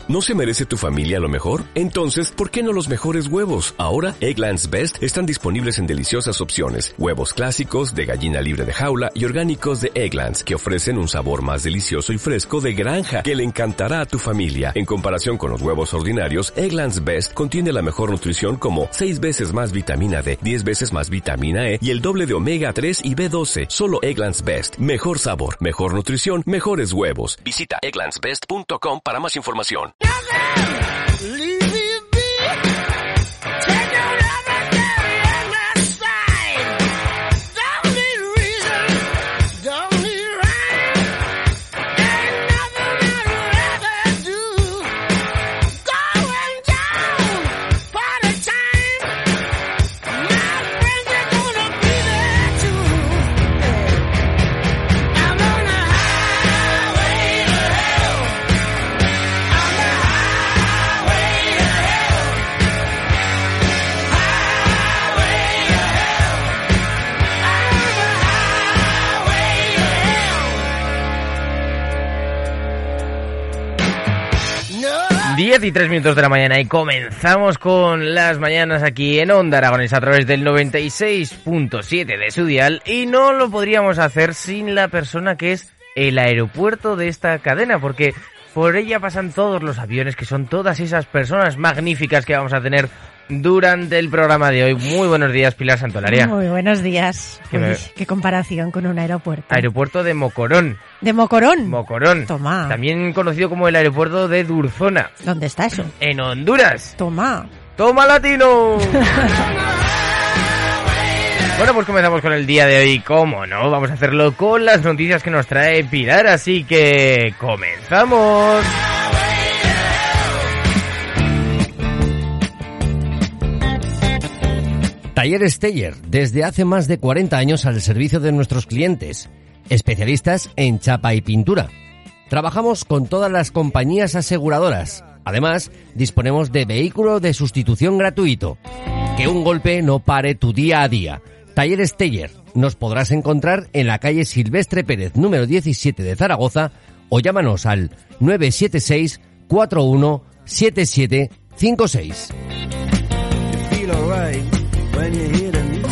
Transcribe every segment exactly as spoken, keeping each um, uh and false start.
¿No se merece tu familia lo mejor? Entonces, ¿por qué no los mejores huevos? Ahora, Eggland's Best están disponibles en deliciosas opciones. Huevos clásicos, de gallina libre de jaula y orgánicos de Eggland's, que ofrecen un sabor más delicioso y fresco de granja que le encantará a tu familia. En comparación con los huevos ordinarios, Eggland's Best contiene la mejor nutrición como seis veces más vitamina D, diez veces más vitamina E y el doble de omega tres y B doce. Solo Eggland's Best. Mejor sabor, mejor nutrición, mejores huevos. Visita egglands best punto com para más información. diez y tres minutos de la mañana y comenzamos con las mañanas aquí en Onda Aragonesa a través del noventa y seis punto siete de su dial, y no lo podríamos hacer sin la persona que es el aeropuerto de esta cadena, porque por ella pasan todos los aviones, que son todas esas personas magníficas que vamos a tener durante el programa de hoy. Muy buenos días, Pilar Santolaria. Muy buenos días. ¿Qué, Uy, me... qué comparación con un aeropuerto. Aeropuerto de Mocorón. ¿De Mocorón? Mocorón. Toma. También conocido como el aeropuerto de Durzona. ¿Dónde está eso? En Honduras. Toma. ¡Toma, latino! Bueno, pues comenzamos con el día de hoy. ¿Cómo no? Vamos a hacerlo con las noticias que nos trae Pilar, así que ¡comenzamos! Talleres Teller, desde hace más de cuarenta años al servicio de nuestros clientes, especialistas en chapa y pintura. Trabajamos con todas las compañías aseguradoras. Además, disponemos de vehículo de sustitución gratuito. Que un golpe no pare tu día a día. Talleres Teller, nos podrás encontrar en la calle Silvestre Pérez, número diecisiete de Zaragoza, o llámanos al nueve siete seis, cuatro uno siete siete cinco seis. When you hear the music.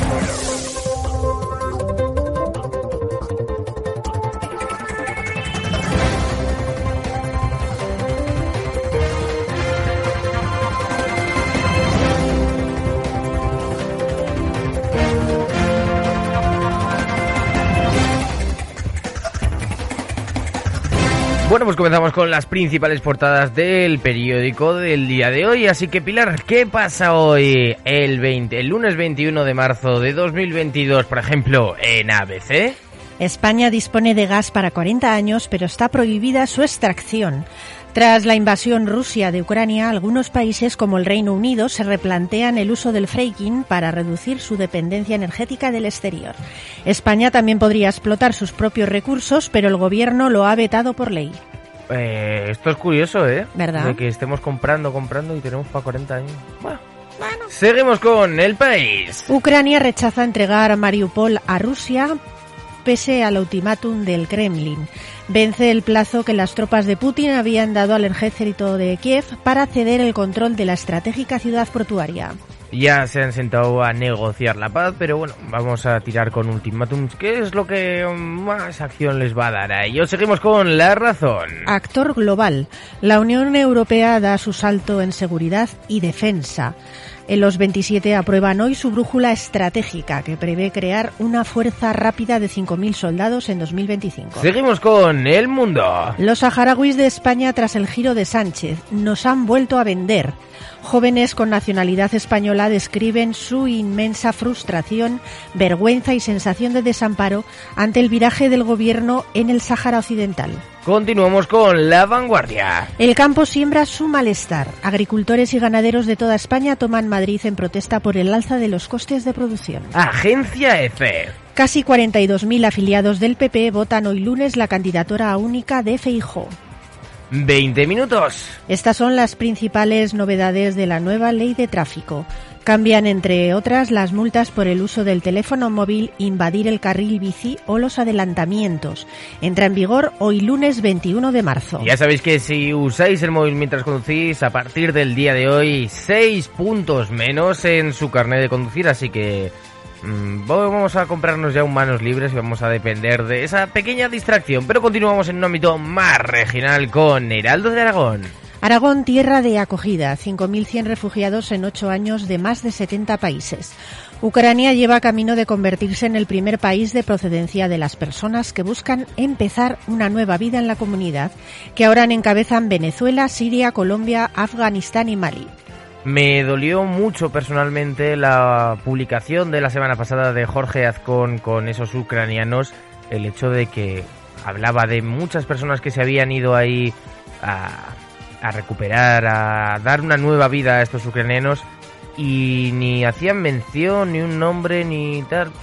Bueno, pues comenzamos con las principales portadas del periódico del día de hoy. Así que, Pilar, ¿qué pasa hoy el veinte, el lunes veintiuno de marzo de dos mil veintidós, por ejemplo, en A B C? España dispone de gas para cuarenta años, pero está prohibida su extracción. Tras la invasión rusa de Ucrania, algunos países como el Reino Unido se replantean el uso del fracking para reducir su dependencia energética del exterior. España también podría explotar sus propios recursos, pero el gobierno lo ha vetado por ley. Eh, esto es curioso, ¿eh? ¿Verdad? De que estemos comprando, comprando y tenemos para cuarenta años. Bueno. Bueno. Seguimos con El País. Ucrania rechaza entregar Mariupol a Rusia pese al ultimátum del Kremlin. Vence el plazo que las tropas de Putin habían dado al ejército de Kiev para ceder el control de la estratégica ciudad portuaria. Ya se han sentado a negociar la paz, pero bueno, vamos a tirar con ultimátums. ¿Qué es lo que más acción les va a dar a ellos? Seguimos con La Razón. Actor global. La Unión Europea da su salto en seguridad y defensa. En los veintisiete aprueban hoy su brújula estratégica, que prevé crear una fuerza rápida de cinco mil soldados en dos mil veinticinco. Seguimos con El Mundo. Los saharauis de España tras el giro de Sánchez nos han vuelto a vender. Jóvenes con nacionalidad española describen su inmensa frustración, vergüenza y sensación de desamparo ante el viraje del gobierno en el Sáhara Occidental. Continuamos con La Vanguardia. El campo siembra su malestar. Agricultores y ganaderos de toda España toman Madrid en protesta por el alza de los costes de producción. Agencia EFE. Casi cuarenta y dos mil afiliados del P P votan hoy lunes la candidatura única de Feijóo. veinte minutos. Estas son las principales novedades de la nueva ley de tráfico. Cambian, entre otras, las multas por el uso del teléfono móvil, invadir el carril bici o los adelantamientos. Entra en vigor hoy lunes veintiuno de marzo. Ya sabéis que si usáis el móvil mientras conducís, a partir del día de hoy, seis puntos menos en su carnet de conducir, así que mmm, vamos a comprarnos ya un manos libres y vamos a depender de esa pequeña distracción. Pero continuamos en un ámbito más regional con Heraldo de Aragón. Aragón, tierra de acogida, cinco mil cien refugiados en ocho años de más de setenta países. Ucrania lleva camino de convertirse en el primer país de procedencia de las personas que buscan empezar una nueva vida en la comunidad, que ahora encabezan Venezuela, Siria, Colombia, Afganistán y Mali. Me dolió mucho personalmente la publicación de la semana pasada de Jorge Azcón con esos ucranianos, el hecho de que hablaba de muchas personas que se habían ido ahí a... a recuperar, a dar una nueva vida a estos ucranianos y ni hacían mención, ni un nombre, ni tal.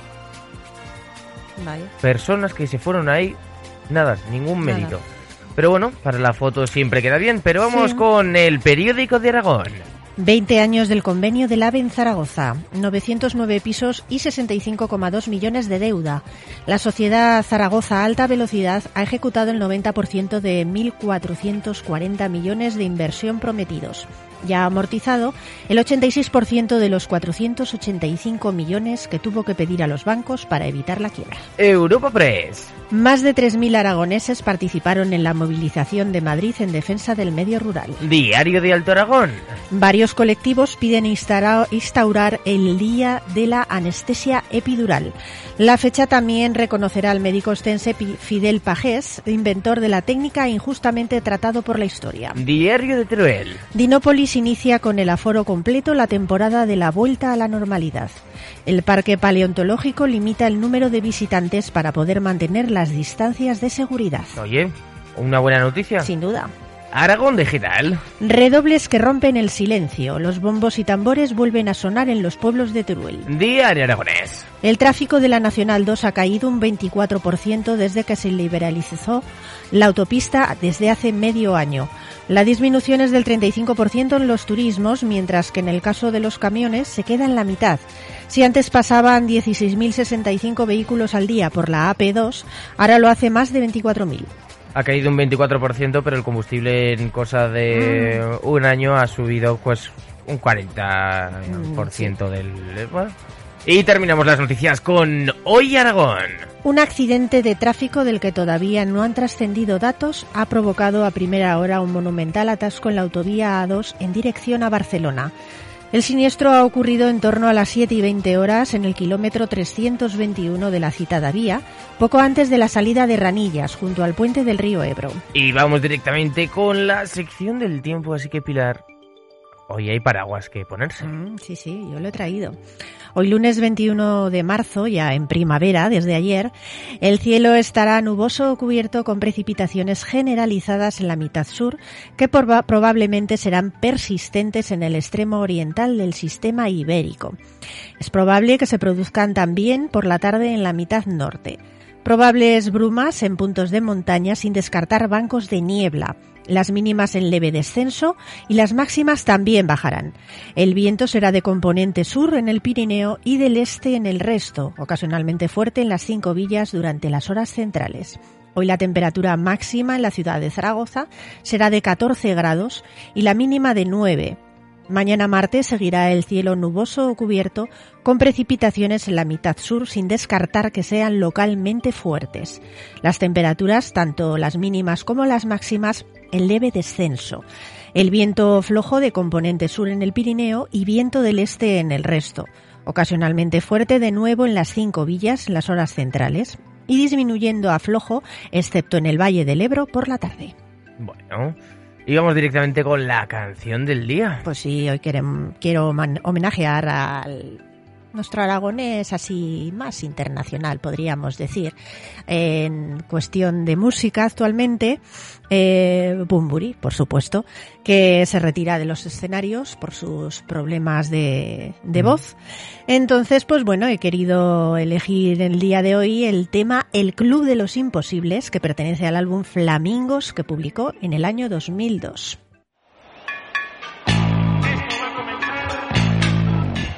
Vale. Personas que se fueron ahí, nada, ningún mérito. Nada. Pero bueno, para la foto siempre queda bien, pero vamos sí. con el periódico de Aragón. veinte años del convenio del AVE en Zaragoza, novecientos nueve pisos y sesenta y cinco coma dos millones de deuda. La sociedad Zaragoza Alta Velocidad ha ejecutado el noventa por ciento de mil cuatrocientos cuarenta millones de inversión prometidos. Ya ha amortizado el ochenta y seis por ciento de los cuatrocientos ochenta y cinco millones que tuvo que pedir a los bancos para evitar la quiebra. Europa Press. Más de tres mil aragoneses participaron en la movilización de Madrid en defensa del medio rural. Diario de Alto Aragón. Varios colectivos piden instaurar el Día de la Anestesia Epidural. La fecha también reconocerá al médico ostense Fidel Pagés, inventor de la técnica injustamente tratado por la historia. Diario de Teruel. Dinópolis inicia con el aforo completo la temporada de la vuelta a la normalidad. El parque paleontológico limita el número de visitantes para poder mantener las distancias de seguridad. Oye, ¿una buena noticia? Sin duda. Aragón Digital. Redobles que rompen el silencio. Los bombos y tambores vuelven a sonar en los pueblos de Teruel. Diario Aragonés. El tráfico de la Nacional dos ha caído un veinticuatro por ciento desde que se liberalizó la autopista desde hace medio año. La disminución es del treinta y cinco por ciento en los turismos, mientras que en el caso de los camiones se queda en la mitad. Si antes pasaban dieciséis mil sesenta y cinco vehículos al día por la A P dos, ahora lo hace más de veinticuatro mil. Ha caído un veinticuatro por ciento, pero el combustible en cosa de mm. un año ha subido pues un cuarenta por ciento mm, sí. del... Bueno. Y terminamos las noticias con Hoy Aragón. Un accidente de tráfico del que todavía no han trascendido datos ha provocado a primera hora un monumental atasco en la autovía A dos en dirección a Barcelona. El siniestro ha ocurrido en torno a las siete y veinte horas en el kilómetro trescientos veintiuno de la citada vía, poco antes de la salida de Ranillas, junto al puente del río Ebro. Y vamos directamente con la sección del tiempo, así que Pilar, hoy hay paraguas que ponerse. Mm, sí, sí, yo lo he traído. Hoy lunes veintiuno de marzo, ya en primavera, desde ayer, el cielo estará nuboso o cubierto con precipitaciones generalizadas en la mitad sur, que proba- probablemente serán persistentes en el extremo oriental del sistema ibérico. Es probable que se produzcan también por la tarde en la mitad norte. Probables brumas en puntos de montaña sin descartar bancos de niebla. Las mínimas en leve descenso y las máximas también bajarán. El viento será de componente sur en el Pirineo y del este en el resto, ocasionalmente fuerte en las cinco villas durante las horas centrales. Hoy la temperatura máxima en la ciudad de Zaragoza será de catorce grados y la mínima de nueve. Mañana martes seguirá el cielo nuboso o cubierto con precipitaciones en la mitad sur sin descartar que sean localmente fuertes. Las temperaturas, tanto las mínimas como las máximas, en leve descenso. El viento flojo de componente sur en el Pirineo y viento del este en el resto. Ocasionalmente fuerte de nuevo en las cinco villas en las horas centrales y disminuyendo a flojo, excepto en el Valle del Ebro por la tarde. Bueno... Y vamos directamente con la canción del día. Pues sí, hoy queremos, quiero man, homenajear al nuestro aragonés así más internacional, podríamos decir. En cuestión de música actualmente, eh, Bunbury, por supuesto, que se retira de los escenarios por sus problemas de, de voz. Entonces, pues bueno, he querido elegir el día de hoy el tema El Club de los Imposibles, que pertenece al álbum Flamingos, que publicó en el año dos mil dos.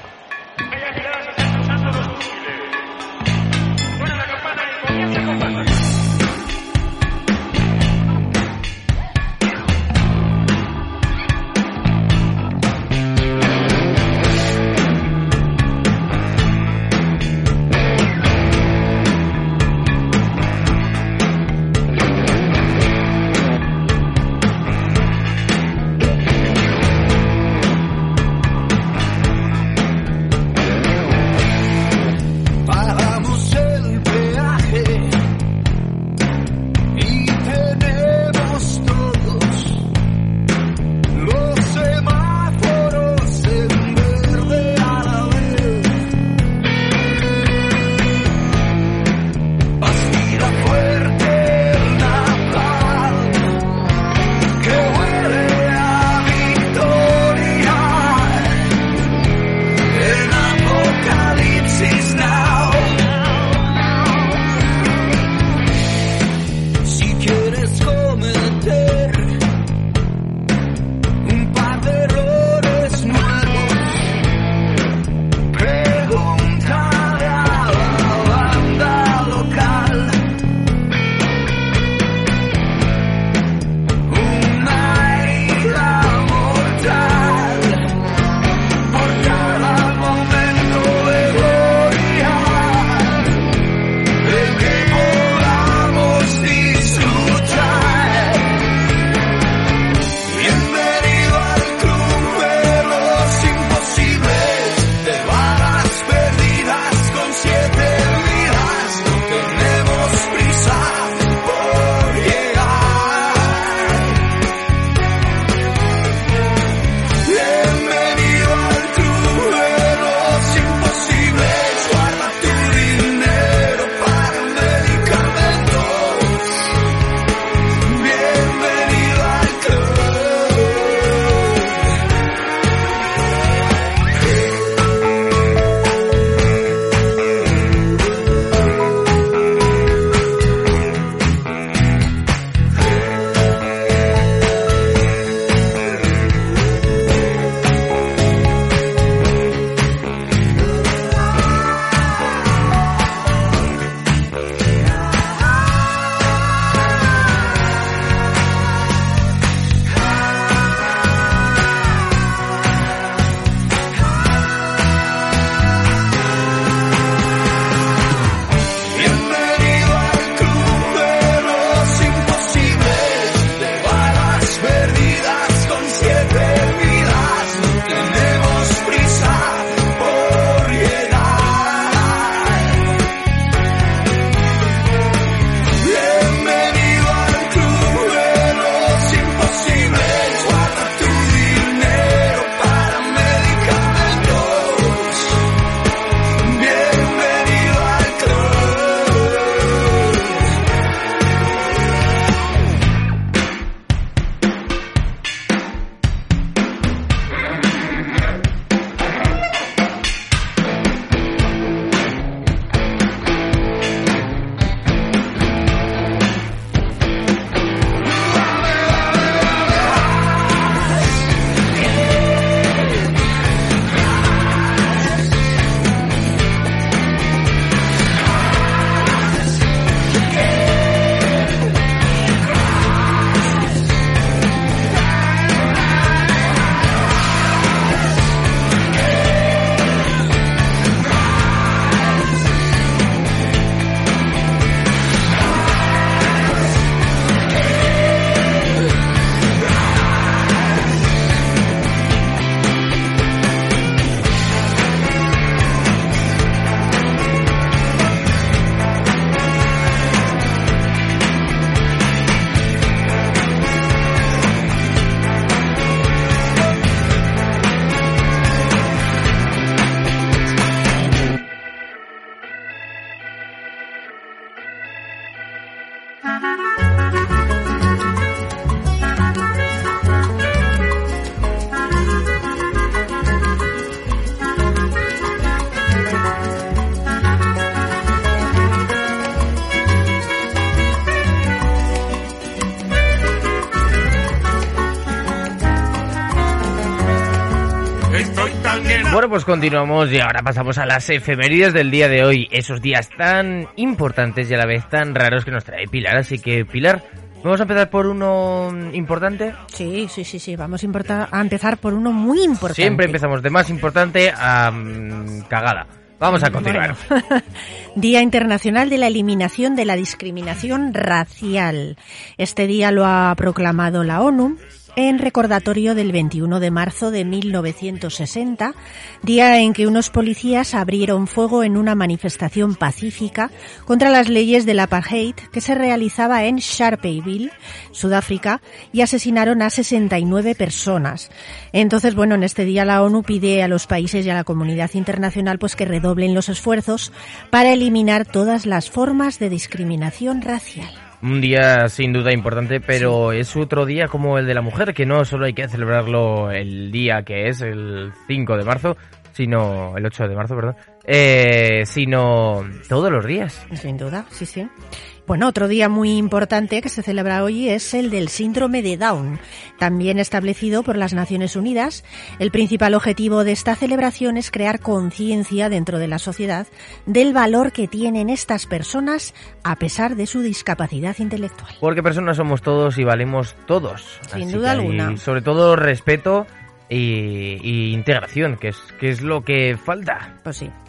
Bueno, pues continuamos y ahora pasamos a las efemérides del día de hoy. Esos días tan importantes y a la vez tan raros que nos trae Pilar. Así que, Pilar, ¿vamos a empezar por uno importante? Sí, sí, sí, sí. Vamos a, importar, a empezar por uno muy importante. Siempre empezamos de más importante a um, cagada. Vamos a continuar. Bueno. Día Internacional de la Eliminación de la Discriminación Racial. Este día lo ha proclamado la ONU en recordatorio del veintiuno de marzo de mil novecientos sesenta, día en que unos policías abrieron fuego en una manifestación pacífica contra las leyes del apartheid que se realizaba en Sharpeville, Sudáfrica, y asesinaron a sesenta y nueve personas. Entonces, bueno, en este día la ONU pide a los países y a la comunidad internacional pues que redoblen los esfuerzos para eliminar todas las formas de discriminación racial. Un día sin duda importante, pero sí. Es otro día como el de la mujer, que no solo hay que celebrarlo el día que es, el cinco de marzo, sino el ocho de marzo, perdón, eh, sino todos los días. Sin duda, sí, sí. Bueno, otro día muy importante que se celebra hoy es el del síndrome de Down, también establecido por las Naciones Unidas. El principal objetivo de esta celebración es crear conciencia dentro de la sociedad del valor que tienen estas personas a pesar de su discapacidad intelectual. Porque personas somos todos y valemos todos. Sin Así duda alguna. Y sobre todo respeto y, y integración, que es, que es lo que falta. Pues sí.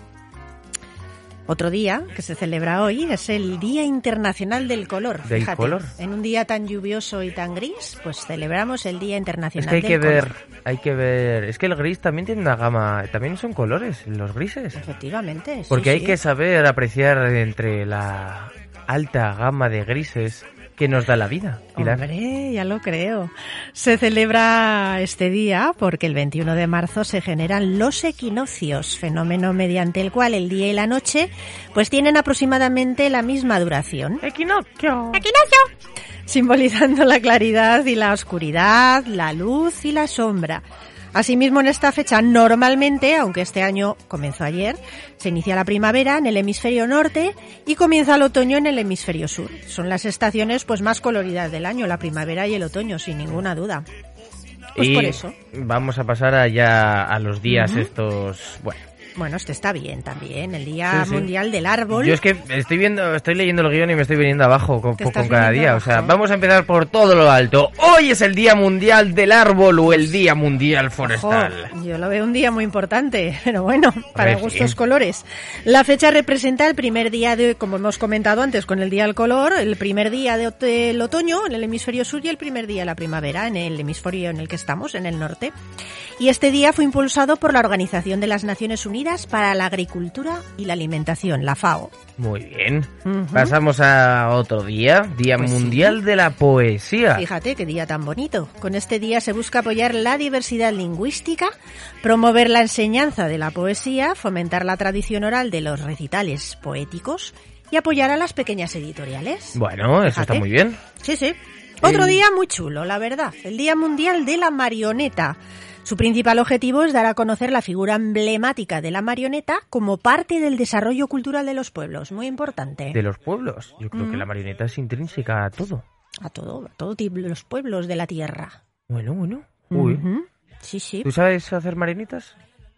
Otro día que se celebra hoy es el Día Internacional del Color. ¿Del Fíjate, color? En un día tan lluvioso y tan gris, pues celebramos el Día Internacional es que hay del que Color. ver, hay que ver. Es que el gris también tiene una gama, también son colores, los grises. Efectivamente. Porque sí, hay sí. que saber apreciar entre la alta gama de grises que nos da la vida. Pilar. Hombre, ya lo creo. Se celebra este día porque el veintiuno de marzo se generan los equinoccios, fenómeno mediante el cual el día y la noche pues tienen aproximadamente la misma duración. Equinoccio. ¡Equinoccio! Simbolizando la claridad y la oscuridad, la luz y la sombra. Asimismo, en esta fecha, normalmente, aunque este año comenzó ayer, se inicia la primavera en el hemisferio norte y comienza el otoño en el hemisferio sur. Son las estaciones pues más coloridas del año, la primavera y el otoño, sin ninguna duda. Pues y por eso. Vamos a pasar allá a los días uh-huh. estos, bueno. Bueno, este está bien también, el Día sí, sí. Mundial del Árbol. Yo es que estoy viendo, estoy leyendo el guión y me estoy viniendo abajo con, con cada día. Abajo. O sea, vamos a empezar por todo lo alto. Hoy es el Día Mundial del Árbol o el Día Mundial Forestal. Ojo, yo lo veo un día muy importante, pero bueno, para ver, gustos sí. colores. La fecha representa el primer día de, como hemos comentado antes con el Día del Color, el primer día de, del otoño en el hemisferio sur y el primer día de la primavera en el hemisferio en el que estamos, en el norte. Y este día fue impulsado por la Organización de las Naciones Unidas para la Agricultura y la Alimentación, la FAO. Muy bien. Uh-huh. Pasamos a otro día, Día pues Mundial sí. de la Poesía. Fíjate qué día tan bonito. Con este día se busca apoyar la diversidad lingüística, promover la enseñanza de la poesía, fomentar la tradición oral de los recitales poéticos y apoyar a las pequeñas editoriales. Bueno, eso Fíjate. está muy bien. Sí, sí. Otro día muy chulo, la verdad. El Día Mundial de la Marioneta. Su principal objetivo es dar a conocer la figura emblemática de la marioneta como parte del desarrollo cultural de los pueblos. Muy importante. De los pueblos. Yo creo Mm. que la marioneta es intrínseca a todo. A todo, a todo tipo de los pueblos de la tierra. Bueno, bueno. Uy. Uh-huh. Sí, sí. ¿Tú sabes hacer marionetas?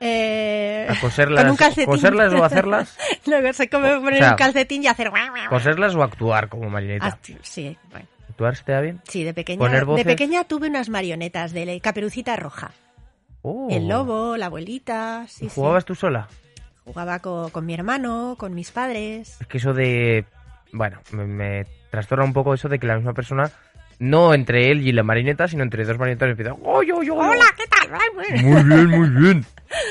Eh, ¿A coserlas, con un calcetín. coserlas o hacerlas? Luego se come poner O sea, un calcetín y hacer... ¿Coserlas o actuar como marioneta? Ah, sí, bueno. ¿Actuar se te da bien? Sí, de pequeña, ¿Poner voces? de pequeña tuve unas marionetas de la Caperucita Roja. Oh. El lobo, la abuelita, sí, ¿Jugabas sí. tú sola? Jugaba con, con mi hermano, con mis padres. Es que eso de... Bueno, me, me trastorna un poco eso de que la misma persona, no entre él y la marioneta, sino entre dos marionetas, empieza... ¡Oy, oy, oy! Hola, ¿qué tal? Muy bien, muy bien.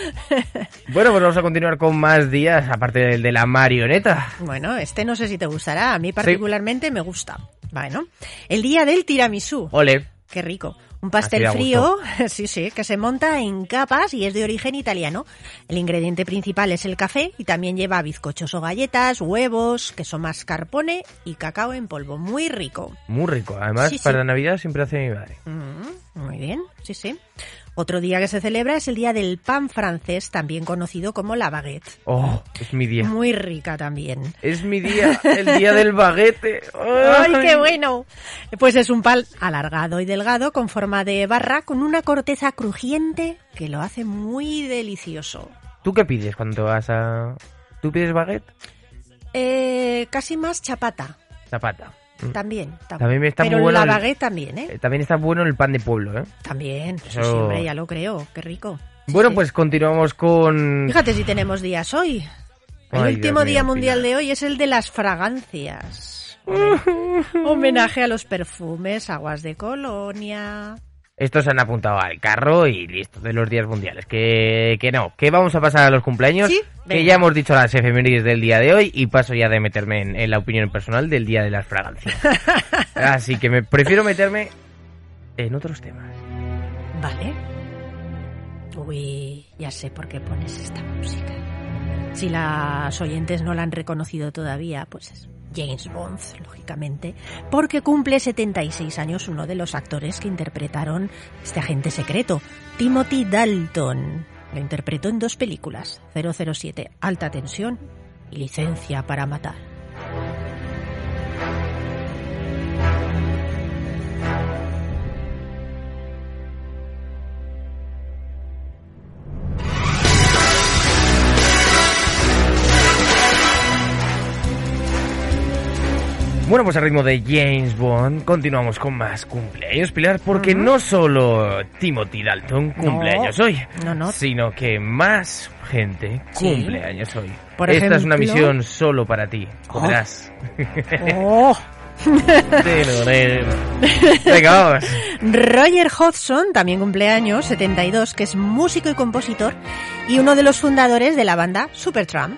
Bueno, pues vamos a continuar con más días, aparte del de la marioneta. Bueno, este no sé si te gustará. A mí particularmente sí. me gusta. Bueno, el día del tiramisú. Ole. Qué rico. Un pastel frío, sí, sí, que se monta en capas y es de origen italiano. El ingrediente principal es el café y también lleva bizcochos o galletas, huevos, queso mascarpone y cacao en polvo. Muy rico. Muy rico. Además, sí, para sí. Navidad siempre hace mi madre. Mm-hmm. Muy bien, sí, sí. Otro día que se celebra es el día del pan francés, también conocido como la baguette. Oh, es mi día. Muy rica también. Es mi día, el día del baguette. ¡Ay, qué bueno! Pues es un pan alargado y delgado con forma de barra con una corteza crujiente que lo hace muy delicioso. ¿Tú qué pides cuando vas a...? ¿Tú pides baguette? Eh, casi más chapata. Chapata. También, también. También está Pero muy bueno la el- baguette también, ¿eh? También está bueno el pan de pueblo, ¿eh? También, eso Eso- sí, hombre, ya lo creo, qué rico. Bueno, Sí. pues continuamos con... Fíjate si tenemos días hoy. El Ay, último Dios mío, día mundial Pilar. de hoy es el de las fragancias. Homenaje a los perfumes, aguas de colonia. Estos se han apuntado al carro y listo, de los días mundiales. Que, que no, que vamos a pasar a los cumpleaños. Sí, que venga. ya hemos dicho las efemérides del día de hoy y paso ya de meterme en, en la opinión personal del día de las fragancias. Así que me prefiero meterme en otros temas. Vale. Uy, ya sé por qué pones esta música. Si las oyentes no la han reconocido todavía, pues es James Bond, lógicamente, porque cumple setenta y seis años uno de los actores que interpretaron este agente secreto, Timothy Dalton. Lo interpretó en dos películas, cero cero siete, Alta Tensión y Licencia para Matar. Bueno, pues al ritmo de James Bond continuamos con más cumpleaños, Pilar, porque Ujú. no solo Timothy Dalton cumple No, años hoy, no, no. sino que más gente Sí. cumple años hoy. Por Esta es una ejemplo- misión solo para ti, Oh. podrás. ¡Oh! Venga, vamos. Roger Hodgson, también cumpleaños, setenta y dos, que es músico y compositor y uno de los fundadores de la banda Supertramp.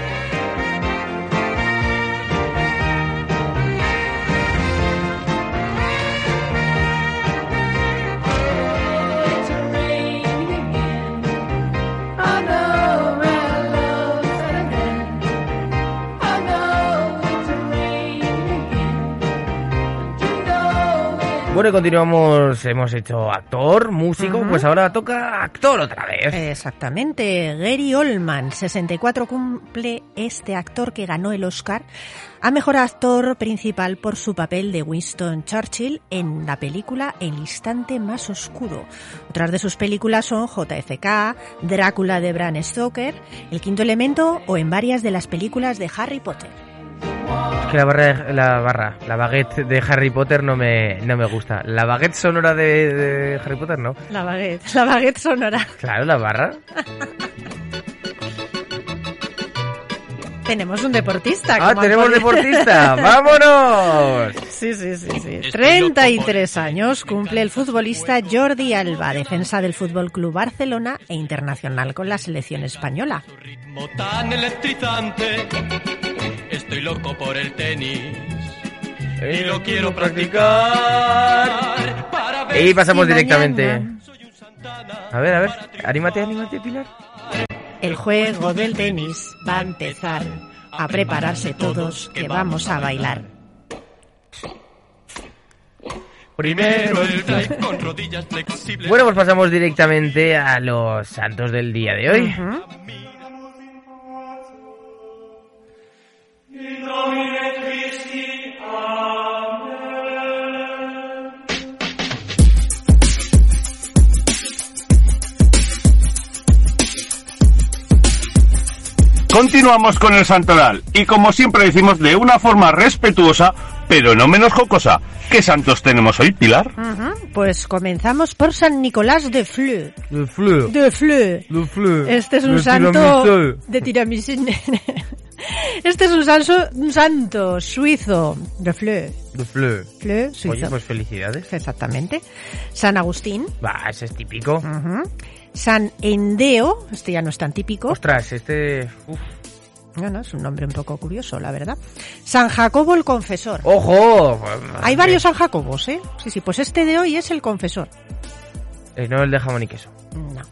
Bueno, y continuamos, hemos hecho actor, músico, Ujú. pues ahora toca actor otra vez. Exactamente, Gary Oldman, sesenta y cuatro, cumple este actor que ganó el Oscar a mejor actor principal por su papel de Winston Churchill en la película El instante más oscuro. Otras de sus películas son J F K, Drácula de Bram Stoker, El quinto elemento o en varias de las películas de Harry Potter. Es que la barra, la barra, la baguette de Harry Potter no me, no me gusta. La baguette sonora de, de Harry Potter no. La baguette, la baguette sonora. Claro, la barra. Tenemos un deportista. Ah, como tenemos han podido- deportista. ¡Vámonos! Sí, sí, sí, sí. treinta y tres años cumple el futbolista Jordi Alba, defensa del Fútbol Club Barcelona e internacional con la selección española. Ritmo tan electrizante, estoy loco por el tenis y lo quiero practicar para ver Y pasamos si directamente. mañana soy un Santana. A ver, a ver. Anímate, anímate, Pilar. El juego del tenis va a empezar. A prepararse todos que vamos a bailar. Primero el drive con rodillas flexibles. Bueno, pues pasamos directamente a los santos del día de hoy. Ujú. Continuamos con el santoral y como siempre decimos de una forma respetuosa, pero no menos jocosa. ¿Qué santos tenemos hoy, Pilar? Ujú. Pues comenzamos por San Nicolás de Fleu. Le fleu. De Fleu. Le fleu. Este es un Le santo tiramisú. de tiramisú. Este es un, sanso, un santo suizo de Fleu. Le fleu. Fleu, suizo. Oye, pues felicidades. Exactamente. San Agustín. Va, ese es típico. Ujú. San Endeo. Este ya no es tan típico. Ostras, este... Uf. No, no, es un nombre un poco curioso, la verdad. San Jacobo el Confesor. ¡Ojo! Hay varios San Jacobos, ¿eh? Sí, sí, pues este de hoy es el Confesor. Eh, no el de jamón y queso. No.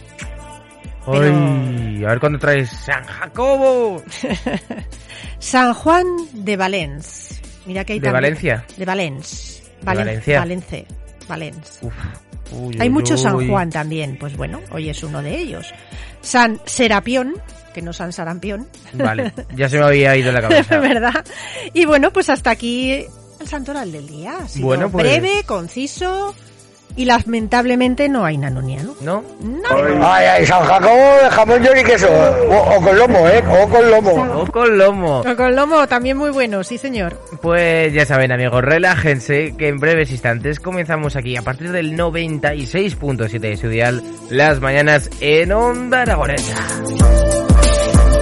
Ay, a ver cuándo traes San Jacobo. San Juan de Valens. Mira que hay ¿De también- Valencia? De Valens. ¿De Valencia? Valence. Valens. Uf. Uy, Hay uy, mucho San uy. Juan también, pues bueno, hoy es uno de ellos. San Serapión, que no San Sarampión. Vale, ya se me había ido la cabeza. ¿Verdad? Y bueno, pues hasta aquí el santoral del día. Ha sido Bueno, pues- breve, conciso y lamentablemente no hay nanonia, ¿no? ¿No? No. Ay, ay, San Jacobo de jamón york y queso. O, o con lomo, ¿eh? O con lomo. O con lomo. O con lomo también muy bueno, sí señor. Pues ya saben, amigos, relájense que en breves instantes comenzamos aquí a partir del noventa y seis punto siete de su dial, las mañanas en Onda Aragonesa.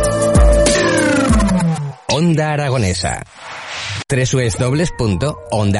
Onda Aragonesa. dobles u dobles u dobles u punto onda